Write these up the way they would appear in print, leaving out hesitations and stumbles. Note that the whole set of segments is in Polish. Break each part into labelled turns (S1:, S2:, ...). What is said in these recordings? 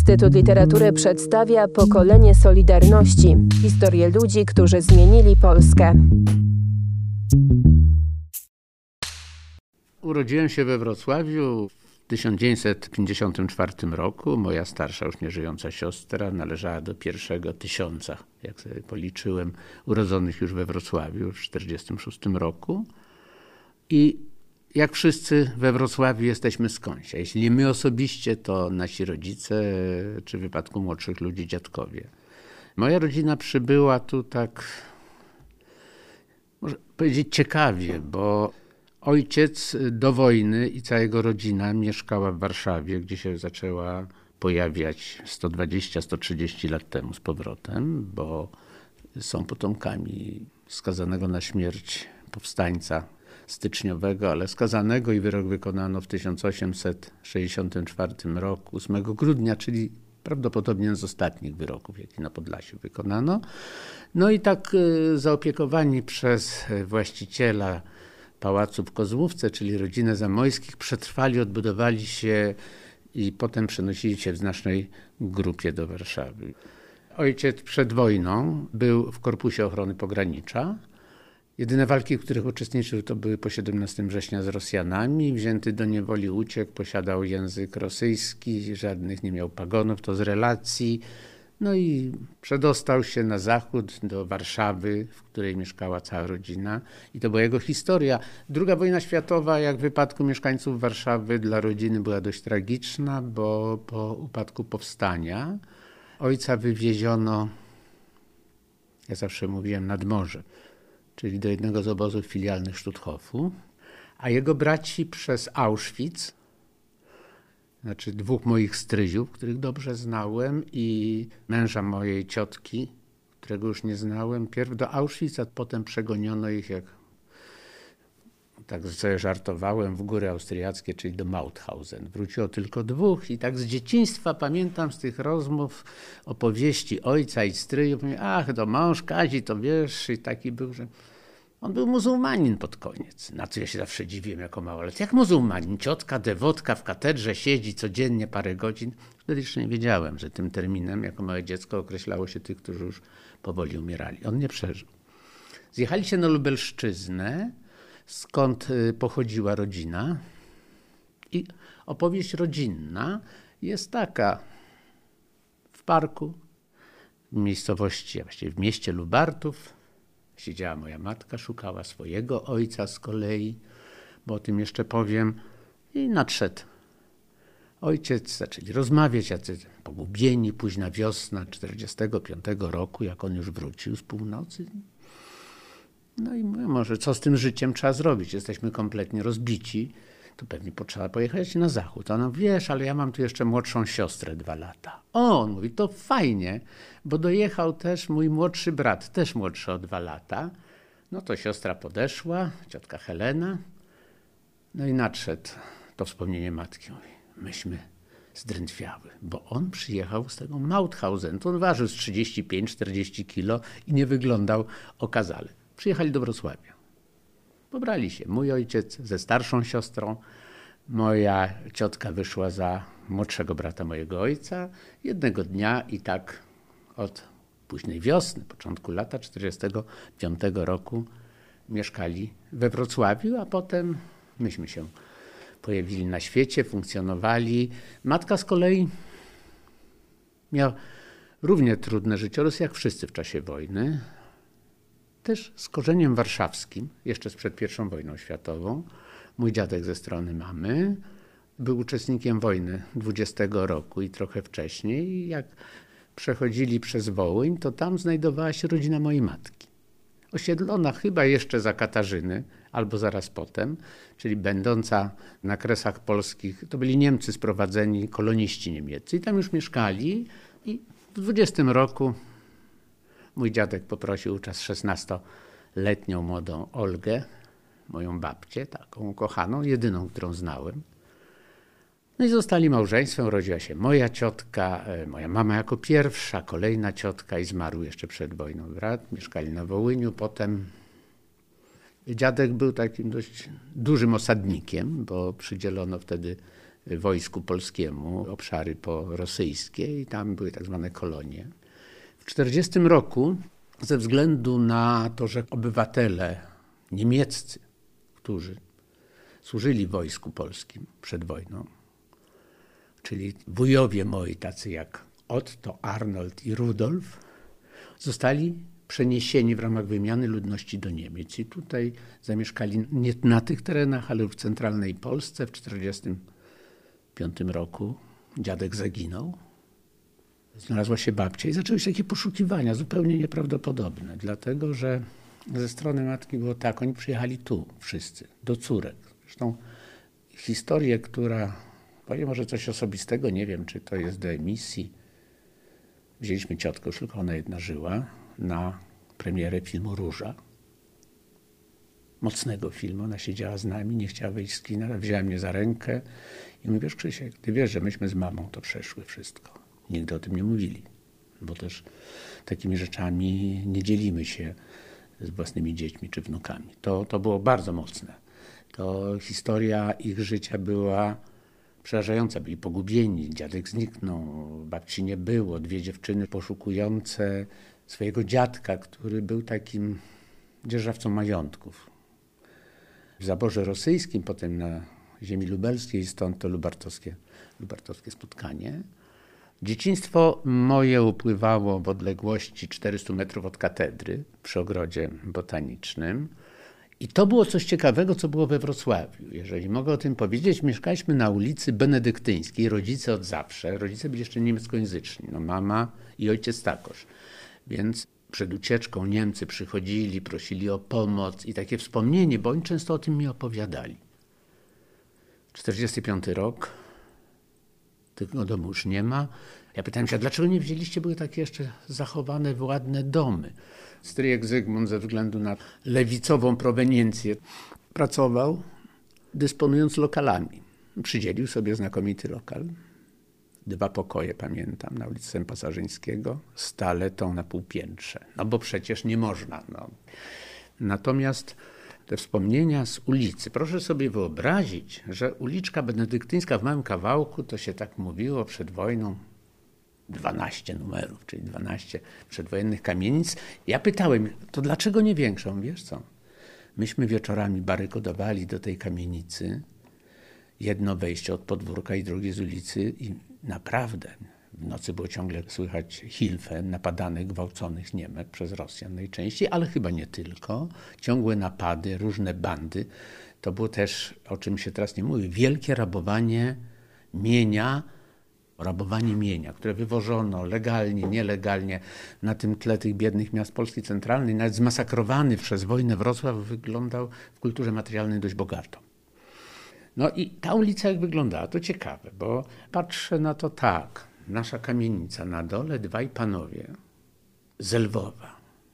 S1: Instytut Literatury przedstawia Pokolenie Solidarności. Historię ludzi, którzy zmienili Polskę.
S2: Urodziłem się we Wrocławiu w 1954 roku. Moja starsza, już nieżyjąca siostra należała do pierwszego 1000, jak sobie policzyłem, urodzonych już we Wrocławiu w 1946 roku. I jak wszyscy we Wrocławiu jesteśmy skądś. A jeśli nie my osobiście, to nasi rodzice, czy w wypadku młodszych ludzi dziadkowie. Moja rodzina przybyła tu tak, można powiedzieć, ciekawie, bo ojciec do wojny i cała jego rodzina mieszkała w Warszawie, gdzie się zaczęła pojawiać 120-130 lat temu z powrotem, bo są potomkami skazanego na śmierć powstańca styczniowego, ale skazanego, i wyrok wykonano w 1864 roku, 8 grudnia, czyli prawdopodobnie z ostatnich wyroków, jakie na Podlasiu wykonano. No i tak zaopiekowani przez właściciela pałacu w Kozłówce, czyli rodzinę Zamojskich, przetrwali, odbudowali się i potem przenosili się w znacznej grupie do Warszawy. Ojciec przed wojną był w Korpusie Ochrony Pogranicza. Jedyne walki, w których uczestniczył, to były po 17 września z Rosjanami. Wzięty do niewoli uciekł, posiadał język rosyjski, żadnych nie miał pagonów, to z relacji. No i przedostał się na zachód do Warszawy, w której mieszkała cała rodzina. I to była jego historia. II wojna światowa, jak w wypadku mieszkańców Warszawy, dla rodziny była dość tragiczna, bo po upadku powstania ojca wywieziono, ja zawsze mówiłem, nad morze, czyli do jednego z obozów filialnych Stuthofu, a jego braci przez Auschwitz, znaczy dwóch moich stryziów, których dobrze znałem, i męża mojej ciotki, którego już nie znałem, pierw do Auschwitz, a potem przegoniono ich, jak tak sobie żartowałem, w góry austriackie, czyli do Mauthausen. Wróciło tylko dwóch i tak z dzieciństwa pamiętam z tych rozmów, opowieści ojca i stryjów. Mówię, ach, to mąż Kazi, to wiesz, i taki był, że on był muzułmanin pod koniec. Na co ja się zawsze dziwiłem jako małolat. Jak muzułmanin? Ciotka, dewotka w katedrze siedzi codziennie parę godzin. Wtedy jeszcze nie wiedziałem, że tym terminem jako małe dziecko określało się tych, którzy już powoli umierali. On nie przeżył. Zjechali się na Lubelszczyznę, skąd pochodziła rodzina. I opowieść rodzinna jest taka. W parku, w miejscowości, a właściwie w mieście Lubartów, siedziała moja matka, szukała swojego ojca z kolei, bo o tym jeszcze powiem. I nadszedł ojciec, zaczęli rozmawiać, jacy pogubieni, późna wiosna 1945 roku, jak on już wrócił z północy. No i mówię, może co z tym życiem trzeba zrobić? Jesteśmy kompletnie rozbici, to pewnie potrzeba pojechać na zachód. A ona, wiesz, ale ja mam tu jeszcze młodszą siostrę 2 lata. O, on mówi, to fajnie, bo dojechał też mój młodszy brat, też młodszy o 2 lata. No to siostra podeszła, ciotka Helena. No i nadszedł to wspomnienie matki. Mówi, myśmy zdrętwiały, bo on przyjechał z tego Mauthausen. To on ważył z 35-40 kilo i nie wyglądał okazale. Przyjechali do Wrocławia. Pobrali się mój ojciec ze starszą siostrą. Moja ciotka wyszła za młodszego brata mojego ojca. Jednego dnia i tak od późnej wiosny, początku lata 1945 roku mieszkali we Wrocławiu, a potem myśmy się pojawili na świecie, funkcjonowali. Matka z kolei miała równie trudne życiorys jak wszyscy w czasie wojny. Też z korzeniem warszawskim, jeszcze sprzed I wojną światową. Mój dziadek ze strony mamy był uczestnikiem wojny 20 roku i trochę wcześniej. I jak przechodzili przez Wołyń, to tam znajdowała się rodzina mojej matki. Osiedlona chyba jeszcze za Katarzyny, albo zaraz potem, czyli będąca na Kresach Polskich. To byli Niemcy sprowadzeni, koloniści niemieccy. I tam już mieszkali. I w 20 roku mój dziadek poprosił wówczas 16-letnią młodą Olgę, moją babcię, taką ukochaną, jedyną, którą znałem. No i zostali małżeństwem, urodziła się moja ciotka, moja mama jako pierwsza, kolejna ciotka i zmarł jeszcze przed wojną brat. Mieszkali na Wołyniu, potem Dziadek był takim dość dużym osadnikiem, bo przydzielono wtedy wojsku polskiemu obszary porosyjskie i tam były tak zwane kolonie. W 1940 roku ze względu na to, że obywatele niemieccy, którzy służyli w wojsku polskim przed wojną, czyli wujowie moi, tacy jak Otto, Arnold i Rudolf, zostali przeniesieni w ramach wymiany ludności do Niemiec. I tutaj zamieszkali nie na tych terenach, ale w centralnej Polsce. W 1945 roku dziadek zaginął. Znalazła się babcia i zaczęły się takie poszukiwania zupełnie nieprawdopodobne, dlatego że ze strony matki było tak, oni przyjechali tu wszyscy, do córek. Zresztą historię, która powie może coś osobistego, nie wiem, czy to jest do emisji. Wzięliśmy ciotkę, już tylko ona jedna żyła, na premierę filmu Róża. Mocnego filmu, ona siedziała z nami, nie chciała wyjść z kina, wzięła mnie za rękę i mówi, wiesz Krzysiek, ty wiesz, że myśmy z mamą to przeszły wszystko. Nigdy o tym nie mówili, bo też takimi rzeczami nie dzielimy się z własnymi dziećmi czy wnukami. To było bardzo mocne. To historia ich życia była przerażająca. Byli pogubieni, dziadek zniknął, babci nie było, dwie dziewczyny poszukujące swojego dziadka, który był takim dzierżawcą majątków. W zaborze rosyjskim, potem na ziemi lubelskiej, stąd to lubartowskie spotkanie. Dzieciństwo moje upływało w odległości 400 metrów od katedry przy ogrodzie botanicznym. I to było coś ciekawego, co było we Wrocławiu. Jeżeli mogę o tym powiedzieć, mieszkaliśmy na ulicy Benedyktyńskiej, rodzice od zawsze. Rodzice byli jeszcze niemieckojęzyczni, mama i ojciec takoż. Więc przed ucieczką Niemcy przychodzili, prosili o pomoc i takie wspomnienie, bo oni często o tym mi opowiadali. 1945 rok, tego domu już nie ma. Ja pytałem się, a dlaczego nie wzięliście, były takie jeszcze zachowane ładne domy. Stryjek Zygmunt ze względu na lewicową proweniencję pracował, dysponując lokalami. Przydzielił sobie znakomity lokal. 2 pokoje, pamiętam, na ulicy Sępa-Sarzyńskiego, z toaletą na półpiętrze. No bo przecież nie można. No. Natomiast te wspomnienia z ulicy. Proszę sobie wyobrazić, że uliczka Benedyktyńska w małym kawałku, to się tak mówiło przed wojną, 12 numerów, czyli 12 przedwojennych kamienic. Ja pytałem, to dlaczego nie większą? Wiesz co? Myśmy wieczorami barykodowali do tej kamienicy jedno wejście od podwórka i drugie z ulicy i naprawdę w nocy było ciągle słychać Hilfe, napadanych, gwałconych Niemek przez Rosjan najczęściej, ale chyba nie tylko. Ciągłe napady, różne bandy. To było też, o czym się teraz nie mówi, wielkie rabowanie mienia, które wywożono legalnie, nielegalnie. Na tym tle tych biednych miast Polski centralnej, nawet zmasakrowany przez wojnę Wrocław wyglądał w kulturze materialnej dość bogato. No i ta ulica jak wyglądała, to ciekawe, bo patrzę na to tak. Nasza kamienica na dole, 2 panowie z Lwowa.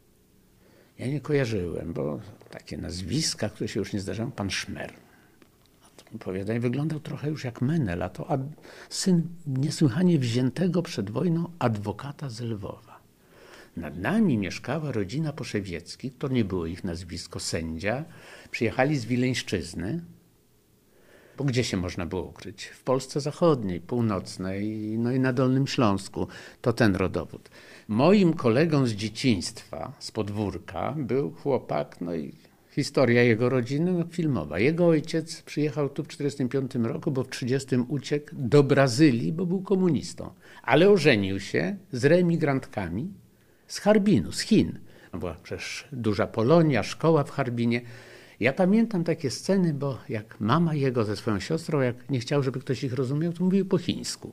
S2: Ja nie kojarzyłem, bo takie nazwiska, które się już nie zdarzają, pan Szmer. Opowiadaj, wyglądał trochę już jak Menel, a to syn niesłychanie wziętego przed wojną adwokata z Lwowa. Nad nami mieszkała rodzina Poszewieckich, to nie było ich nazwisko, sędzia. Przyjechali z Wileńszczyzny, bo gdzie się można było ukryć? W Polsce Zachodniej, Północnej, no i na Dolnym Śląsku. To ten rodowód. Moim kolegą z dzieciństwa, z podwórka, był chłopak, no i historia jego rodziny no, filmowa. Jego ojciec przyjechał tu w 1945 roku, bo w 1930 uciekł do Brazylii, bo był komunistą. Ale ożenił się z reemigrantkami z Harbinu, z Chin. No, była przecież duża Polonia, szkoła w Harbinie. Ja pamiętam takie sceny, bo jak mama jego ze swoją siostrą, jak nie chciał, żeby ktoś ich rozumiał, to mówił po chińsku.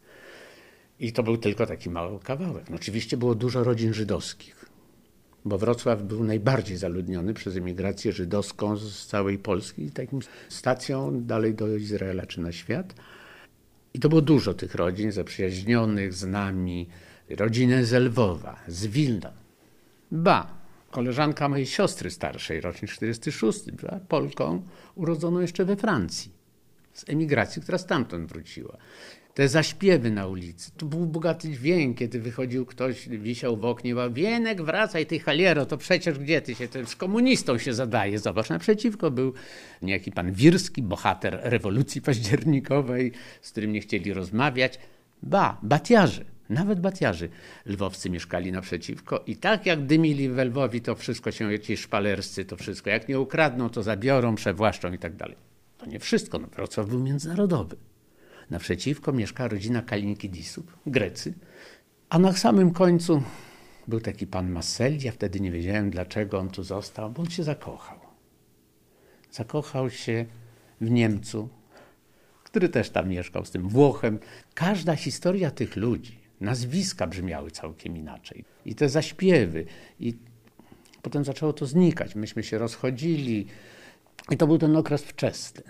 S2: I to był tylko taki mały kawałek. No, oczywiście było dużo rodzin żydowskich, bo Wrocław był najbardziej zaludniony przez emigrację żydowską z całej Polski, takim stacją dalej do Izraela czy na świat. I to było dużo tych rodzin zaprzyjaźnionych z nami, rodziny z Lwowa, z Wilna. Koleżanka mojej siostry starszej, rocznik 46, była Polką, urodzoną jeszcze we Francji. z emigracji, która stamtąd wróciła. Te zaśpiewy na ulicy. To był bogaty dźwięk, kiedy wychodził ktoś, wisiał w oknie, mówił: Wienek, wracaj, ty chaliero, to przecież gdzie ty się, z komunistą się zadaje. Zobacz, naprzeciwko był niejaki pan Wirski, bohater rewolucji październikowej, z którym nie chcieli rozmawiać. Batiarzy, nawet batiarzy lwowscy mieszkali naprzeciwko i tak jak dymili we Lwowi, to wszystko się, ci szpalerscy, to wszystko, jak nie ukradną, to zabiorą, przewłaszczą i tak dalej. To nie wszystko, no Wrocław był międzynarodowy. Naprzeciwko mieszkała rodzina Kalinikidisów, Grecy, a na samym końcu był taki pan Masselli. Ja wtedy nie wiedziałem, dlaczego on tu został, bo on się zakochał. Zakochał się w Niemcu, który też tam mieszkał, z tym Włochem. Każda historia tych ludzi, nazwiska brzmiały całkiem inaczej. I te zaśpiewy. I potem zaczęło to znikać. Myśmy się rozchodzili. I to był ten okres wczesny.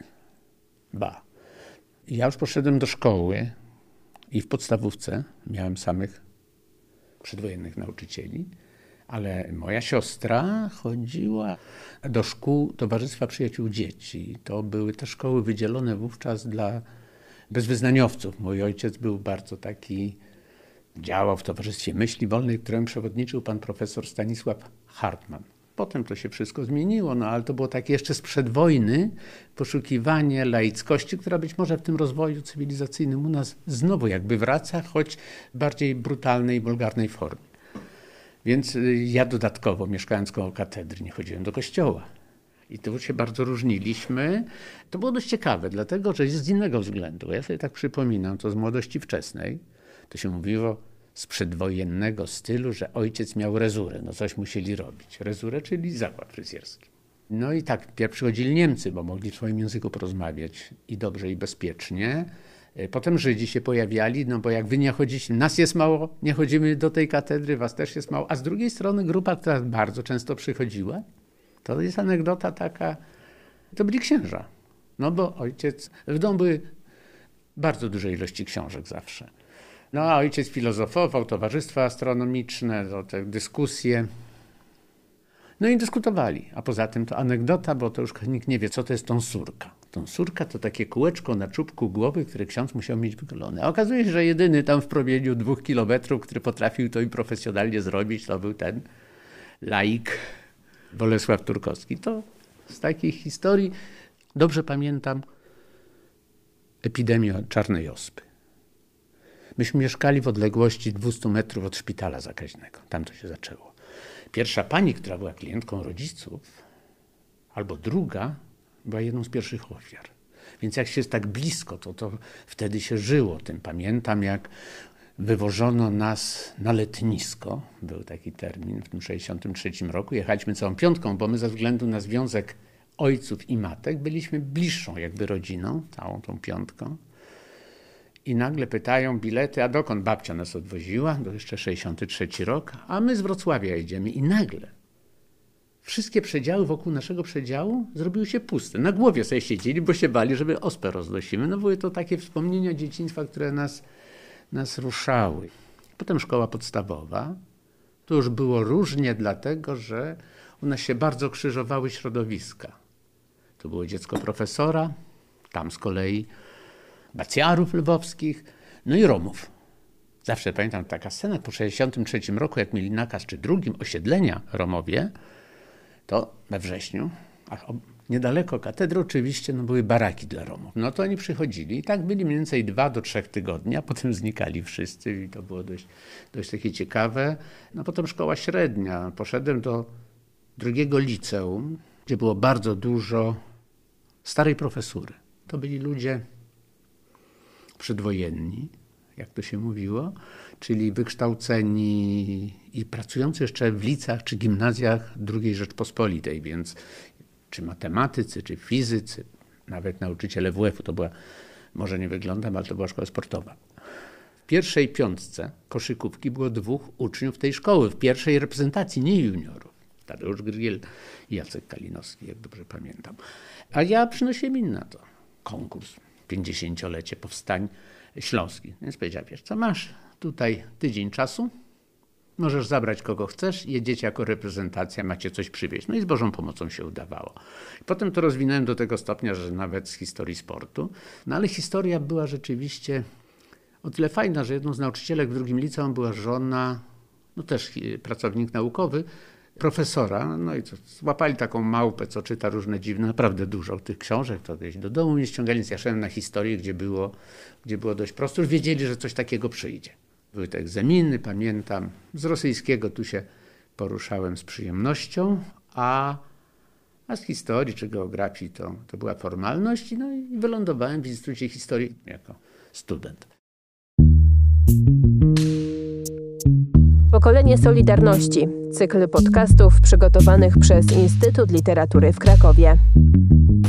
S2: Ja już poszedłem do szkoły i w podstawówce miałem samych przedwojennych nauczycieli, ale moja siostra chodziła do szkół Towarzystwa Przyjaciół Dzieci. To były te szkoły wydzielone wówczas dla bezwyznaniowców. Mój ojciec był bardzo taki, działał w Towarzystwie Myśli Wolnej, któremu przewodniczył pan profesor Stanisław Hartman. Potem to się wszystko zmieniło, no ale to było takie jeszcze sprzed wojny poszukiwanie laickości, która być może w tym rozwoju cywilizacyjnym u nas znowu jakby wraca, choć w bardziej brutalnej i wulgarnej formie. Więc ja dodatkowo, mieszkając koło katedry, nie chodziłem do kościoła. I tu się bardzo różniliśmy. To było dość ciekawe, dlatego że z innego względu. Ja sobie tak przypominam, to z młodości wczesnej, to się mówiło z przedwojennego stylu, że ojciec miał rezurę, no coś musieli robić. Rezurę, czyli zakład fryzjerski. No i tak, pierw przychodzili Niemcy, bo mogli w swoim języku porozmawiać i dobrze, i bezpiecznie. Potem Żydzi się pojawiali, no bo jak wy nie chodzicie, nas jest mało, nie chodzimy do tej katedry, was też jest mało. A z drugiej strony grupa, która bardzo często przychodziła, to jest anegdota taka, to byli księża. No bo ojciec, w domu były bardzo duże ilości książek zawsze. No a ojciec filozofował, towarzystwa astronomiczne, te dyskusje. No i dyskutowali. A poza tym to anegdota, bo to już nikt nie wie, co to jest tonsúrka. Tonsúrka to takie kółeczko na czubku głowy, które ksiądz musiał mieć wygolone. A okazuje się, że jedyny tam w promieniu 2 kilometrów, który potrafił to i profesjonalnie zrobić, to był ten laik Bolesław Turkowski. To z takich historii dobrze pamiętam epidemię czarnej ospy. Myśmy mieszkali w odległości 200 metrów od szpitala zakaźnego. Tam to się zaczęło. Pierwsza pani, która była klientką rodziców, albo druga, była jedną z pierwszych ofiar. Więc jak się jest tak blisko, to wtedy się żyło tym. Pamiętam, jak wywożono nas na letnisko, był taki termin w tym 1963 roku. Jechaliśmy całą piątką, bo my ze względu na związek ojców i matek byliśmy bliższą jakby rodziną, całą tą piątką. I nagle pytają bilety, a dokąd babcia nas odwoziła? To jeszcze 63 rok, a my z Wrocławia jedziemy. I nagle wszystkie przedziały wokół naszego przedziału zrobiły się puste. Na głowie sobie siedzieli, bo się bali, żeby ospę roznosimy. No były to takie wspomnienia dzieciństwa, które nas ruszały. Potem szkoła podstawowa. To już było różnie, dlatego że u nas się bardzo krzyżowały środowiska. To było dziecko profesora, tam z kolei Bacjarów lwowskich, no i Romów. Zawsze pamiętam taka scena po 1963 roku, jak mieli nakaz, czy drugim osiedlenia Romowie, to we wrześniu, a niedaleko katedry oczywiście były baraki dla Romów. No to oni przychodzili i tak byli mniej więcej 2 do 3 tygodni, a potem znikali wszyscy i to było dość takie ciekawe. No potem szkoła średnia. Poszedłem do drugiego liceum, gdzie było bardzo dużo starej profesury. To byli ludzie przedwojenni, jak to się mówiło, czyli wykształceni i pracujący jeszcze w liceach czy gimnazjach II Rzeczpospolitej, więc czy matematycy, czy fizycy, nawet nauczyciele WF-u, to była, może nie wyglądam, ale to była szkoła sportowa. W pierwszej 5 koszykówki było 2 uczniów tej szkoły, w pierwszej reprezentacji, nie juniorów. Tadeusz Grygiel i Jacek Kalinowski, jak dobrze pamiętam. A ja przynosiłem im na to konkurs. 50-lecie powstań śląskich. Więc powiedział, wiesz co, masz tutaj tydzień czasu, Możesz zabrać kogo chcesz, jedziecie jako reprezentacja, macie coś przywieźć. No i z Bożą pomocą się udawało. Potem to rozwinąłem do tego stopnia, że nawet z historii sportu. No ale historia była rzeczywiście o tyle fajna, że jedną z nauczycielek w drugim liceum była żona, no też pracownik naukowy, profesora. No i co, złapali taką małpę, co czyta różne dziwne, naprawdę dużo tych książek, to gdzieś do domu mnie ściągali, więc ja szedłem na historię, gdzie było dość prosto. Już wiedzieli, że coś takiego przyjdzie. Były te egzaminy, pamiętam. Z rosyjskiego tu się poruszałem z przyjemnością, a z historii czy geografii to była formalność. No i wylądowałem w Instytucie Historii jako student.
S1: Pokolenie Solidarności. Cykl podcastów przygotowanych przez Instytut Literatury w Krakowie.